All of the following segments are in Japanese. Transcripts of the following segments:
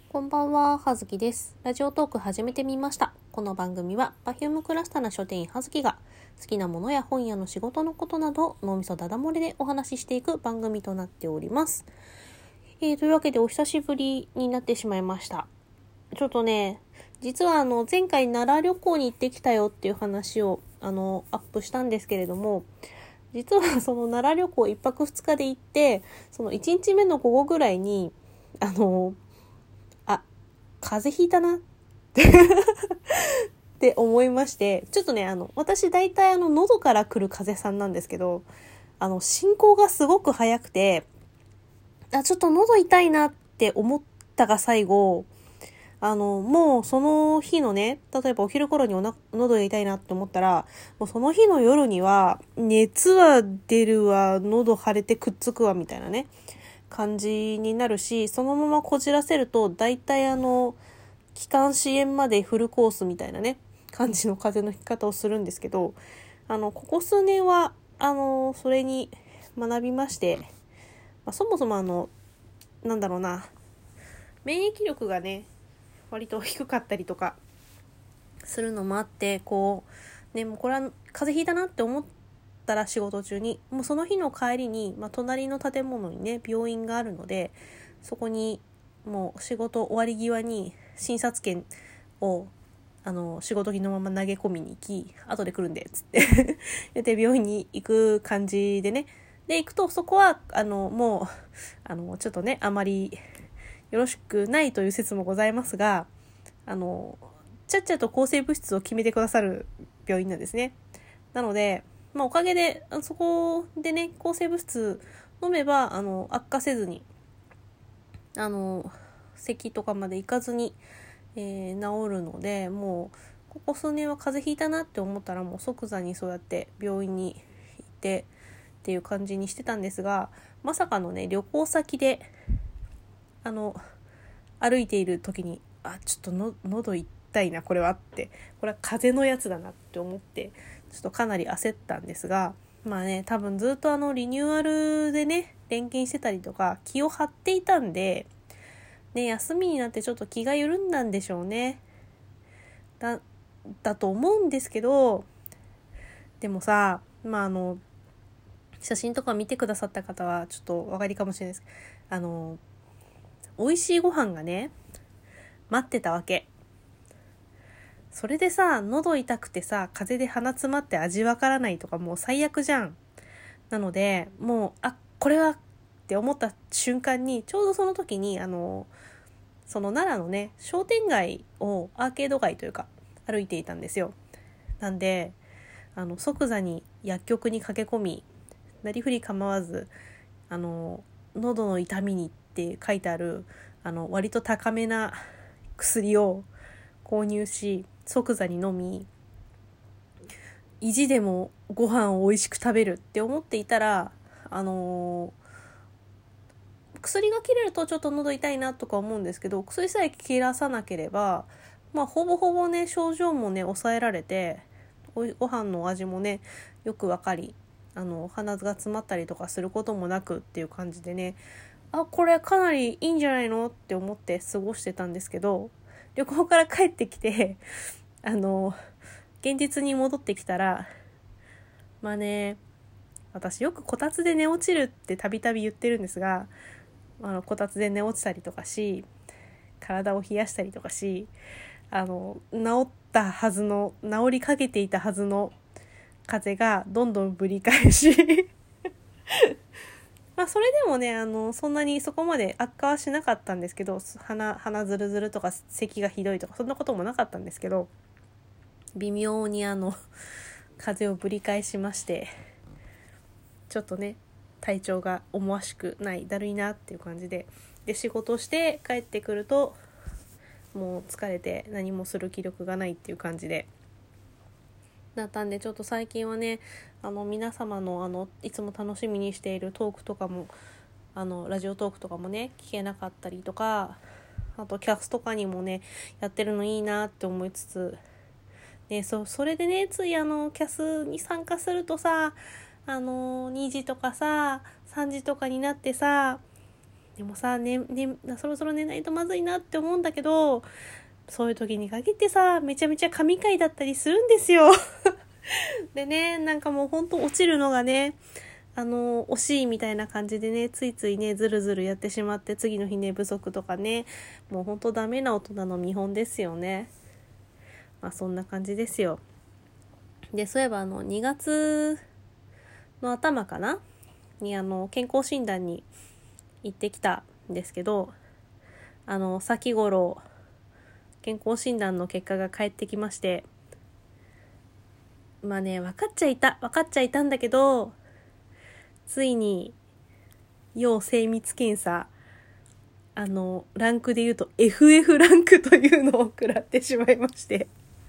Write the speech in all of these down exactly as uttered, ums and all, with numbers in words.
こんばんは、はずきです。ラジオトーク始めてみました。この番組は Perfume クラスターな書店員はずきが好きなものや本屋の仕事のことなどを脳みそダダ漏れでお話ししていく番組となっております。えー、というわけでお久しぶりになってしまいました。ちょっとね、実はあの前回奈良旅行に行ってきたよっていう話をあのアップしたんですけれども、実はその奈良旅行いっぱくふつかで行って、そのいちにちめの午後ぐらいにあの風邪ひいたなってって思いまして、ちょっとね、あの、私大体あの、喉から来る風邪さんなんですけど、あの、進行がすごく早くて、あ、ちょっと喉痛いなって思ったが最後、あの、もうその日のね、例えばお昼頃におな喉が痛いなって思ったら、もうその日の夜には、熱は出るわ、喉腫れてくっつくわ、みたいなね。感じになるし、そのままこじらせると大体あの気管支炎までフルコースみたいなね感じの風邪のひき方をするんですけど、あのここ数年はあのそれに学びまして、まあ、そもそもあのなんだろうな免疫力がね割と低かったりとかするのもあって、こうねもうこれは風邪ひいたなって思ってたら仕事中にもうその日の帰りに、まあ、隣の建物にね病院があるので、そこにもう仕事終わり際に診察券をあの仕事着のまま投げ込みに行き、後で来るんでっつって言って病院に行く感じでね、で行くとそこはあのもうあのちょっとねあまりよろしくないという説もございますが、あのちゃっちゃと抗生物質を決めてくださる病院なんですね。なのでまあ、おかげでそこでね抗生物質飲めばあの悪化せずにあの咳とかまでいかずに、えー、治るので、もうここ数年は風邪ひいたなって思ったらもう即座にそうやって病院に行ってっていう感じにしてたんですが、まさかのね旅行先であの歩いている時にあちょっとの喉痛いなこれはって、これは風邪のやつだなって思ってちょっとかなり焦ったんですが、まあね多分ずっとあのリニューアルでね連勤してたりとか気を張っていたんでね、休みになってちょっと気が緩んだんでしょうね。だだと思うんですけど、でもさまああの写真とか見てくださった方はちょっとお分かりかもしれないです。あの美味しいご飯がね待ってたわけ。それでさ喉痛くてさ風邪で鼻詰まって味わからないとかもう最悪じゃん。なのでもうあこれはって思った瞬間にちょうどその時にあのその奈良のね商店街をアーケード街というか歩いていたんですよ。なんであの即座に薬局に駆け込み、なりふり構わずあの喉の痛みにって書いてあるあの割と高めな薬を購入し即座に飲み、意地でもご飯を美味しく食べるって思っていたら、あのー、薬が切れるとちょっと喉痛いなとか思うんですけど、薬さえ切らさなければまあほぼほぼね症状もね抑えられて、ご飯の味もねよくわかり、あの鼻が詰まったりとかすることもなくっていう感じでね、あこれかなりいいんじゃないのって思って過ごしてたんですけど、旅行から帰ってきてあの現実に戻ってきたら、まあね私よくこたつで寝落ちるってたびたび言ってるんですが、あのこたつで寝落ちたりとかし体を冷やしたりとかし、あの治ったはずの治りかけていたはずの風邪がどんどんぶり返しまあそれでもねあのそんなにそこまで悪化はしなかったんですけど、鼻鼻ずるずるとか咳がひどいとかそんなこともなかったんですけど、微妙にあの風邪をぶり返しまして、ちょっとね体調が思わしくないだるいなっていう感じで、で仕事して帰ってくるともう疲れて何もする気力がないっていう感じでだったんで、ちょっと最近はねあの皆様のあのいつも楽しみにしているトークとかもあのラジオトークとかもね聞けなかったりとか、あとキャスとかにもねやってるのいいなって思いつつ、ね、そ, それでねついあのキャスに参加するとさあのにじとかささんじとかになってさ、 でもさ、ねね、そろそろ寝ないとまずいなって思うんだけど、そういう時に限ってさ、めちゃめちゃ神回だったりするんですよでね、なんかもうほんと落ちるのがね、あの惜しいみたいな感じでね、ついついねずるずるやってしまって、次の日寝不足とかね、もうほんとダメな大人の見本ですよね。まあそんな感じですよ。で、そういえばあのにがつの頭かなにあの健康診断に行ってきたんですけど、あの先頃健康診断の結果が返ってきまして、まあね、分かっちゃいた分かっちゃいたんだけど、ついに要精密検査、あのランクで言うと エフエフ ランクというのを食らってしまいまして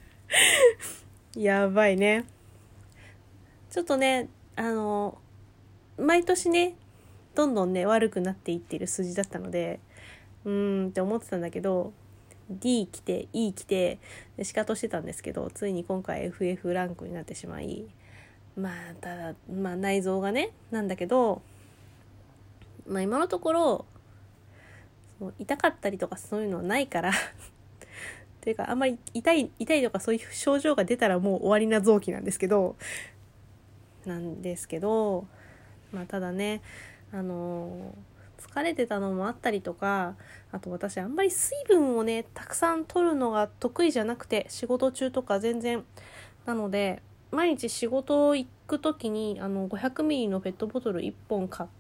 やばいね。ちょっとね、あの毎年ねどんどんね悪くなっていっている数字だったので、うーんって思ってたんだけど、 D 来て E 来てでシカトしてたんですけど、ついに今回 エフエフ ランクになってしまい、まあただまあ内臓がねなんだけど、まあ今のところ痛かったりとかそういうのはないからっていうか、あんまり痛い痛いとかそういう症状が出たらもう終わりな臓器なんですけどなんですけどまあただね、あのー、疲れてたのもあったりとか、あと私あんまり水分をねたくさん取るのが得意じゃなくて、仕事中とか全然なので、毎日仕事行く時にあのごひゃくミリのペットボトルいっぽん買って、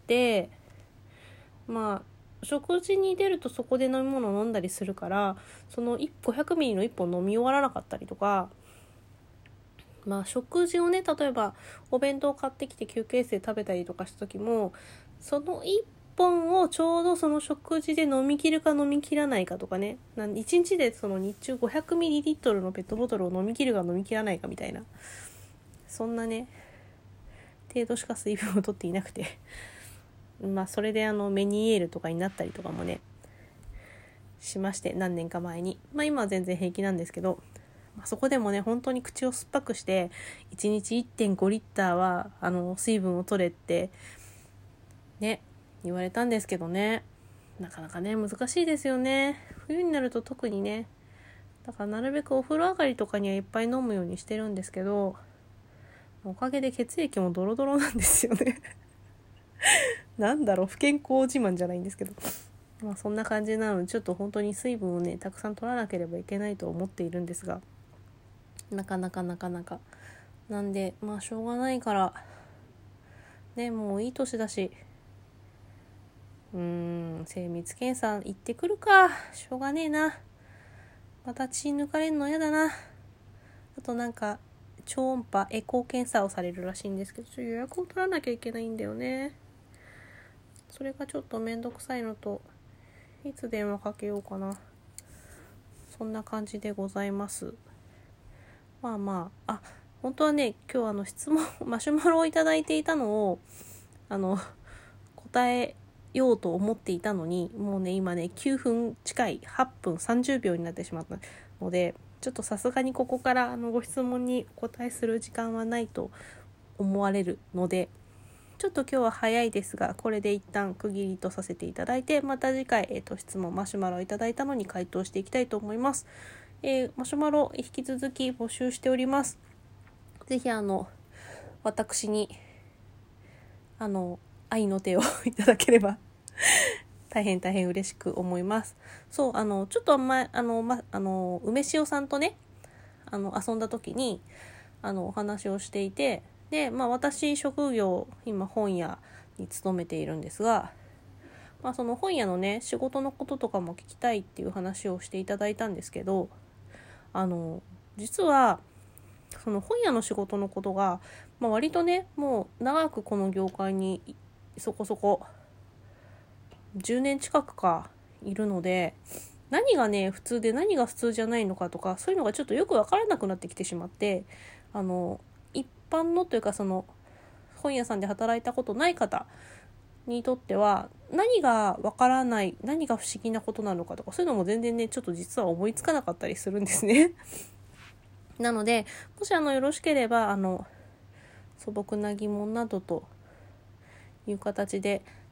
まあ食事に出るとそこで飲み物を飲んだりするから、そのごひゃくミリのいっぽん飲み終わらなかったりとか、まあ食事をね、例えばお弁当買ってきて休憩室で食べたりとかした時も、そのいっぽんをちょうどその食事で飲み切るか飲み切らないかとかね、いちにちでその日中ごひゃくミリリットルのペットボトルを飲み切るか飲み切らないかみたいな、そんなね程度しか水分を取っていなくてまあそれであのメニエールとかになったりとかもねしまして、何年か前に。まあ今は全然平気なんですけど、まあ、そこでもね本当に口を酸っぱくして、いちにち いってんごリッターはあの水分を取れってね言われたんですけどね、なかなかね難しいですよね。冬になると特にね、だからなるべくお風呂上がりとかにはいっぱい飲むようにしてるんですけど、おかげで血液もドロドロなんですよねなんだろう、不健康自慢じゃないんですけど、まあそんな感じなので、ちょっと本当に水分をねたくさん取らなければいけないと思っているんですが、なかなかなかなかなんで、まあしょうがないからね、もういい年だし、うーん精密検査行ってくるか。しょうがねえな。また血抜かれるのやだな。あとなんか超音波エコー検査をされるらしいんですけど、ちょっと予約を取らなきゃいけないんだよね。それがちょっとめんどくさいのと、いつ電話かけようかな。そんな感じでございます。まあまあ、あ、本当はね、今日あの質問、マシュマロをいただいていたのを、あの、答えようと思っていたのに、もうね、今ね、きゅうふん近い、はっぷんさんじゅうびょうになってしまったので、ちょっとさすがにここからあのご質問にお答えする時間はないと思われるので、ちょっと今日は早いですが、これで一旦区切りとさせていただいて、また次回、えーと、質問、マシュマロをいただいたのに回答していきたいと思います。えー、マシュマロ引き続き募集しております。ぜひあの、私に、あの、愛の手をいただければ大変大変嬉しく思います。そう、あの、ちょっと前、あの、ま、あの、梅塩さんとね、あの、遊んだ時に、あの、お話をしていて、で、まあ私、職業、今本屋に勤めているんですが、まあその本屋のね、仕事のこととかも聞きたいっていう話をしていただいたんですけど、あの、実は、その本屋の仕事のことが、まあ割とね、もう長くこの業界にそこそこじゅうねん近くかいるので、何がね、普通で何が普通じゃないのかとか、そういうのがちょっとよくわからなくなってきてしまって、あの、一般のというかその本屋さんで働いたことない方にとっては何がわからない、何が不思議なことなのかとか、そういうのも全然ねちょっと実は思いつかなかったりするんですねなので、もしあのよろしければあの素朴な疑問などという形で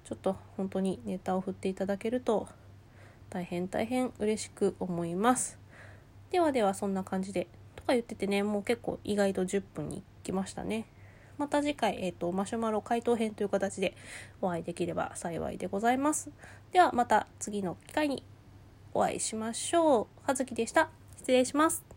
ちょっと本当にネタを振っていただけると大変大変嬉しく思います。ではでは、そんな感じでとか言っててね、もう結構意外とじゅっぷんに来ましたね。また次回、えーと、マシュマロ回答編という形でお会いできれば幸いでございます。ではまた次の機会にお会いしましょう。はずきでした。失礼します。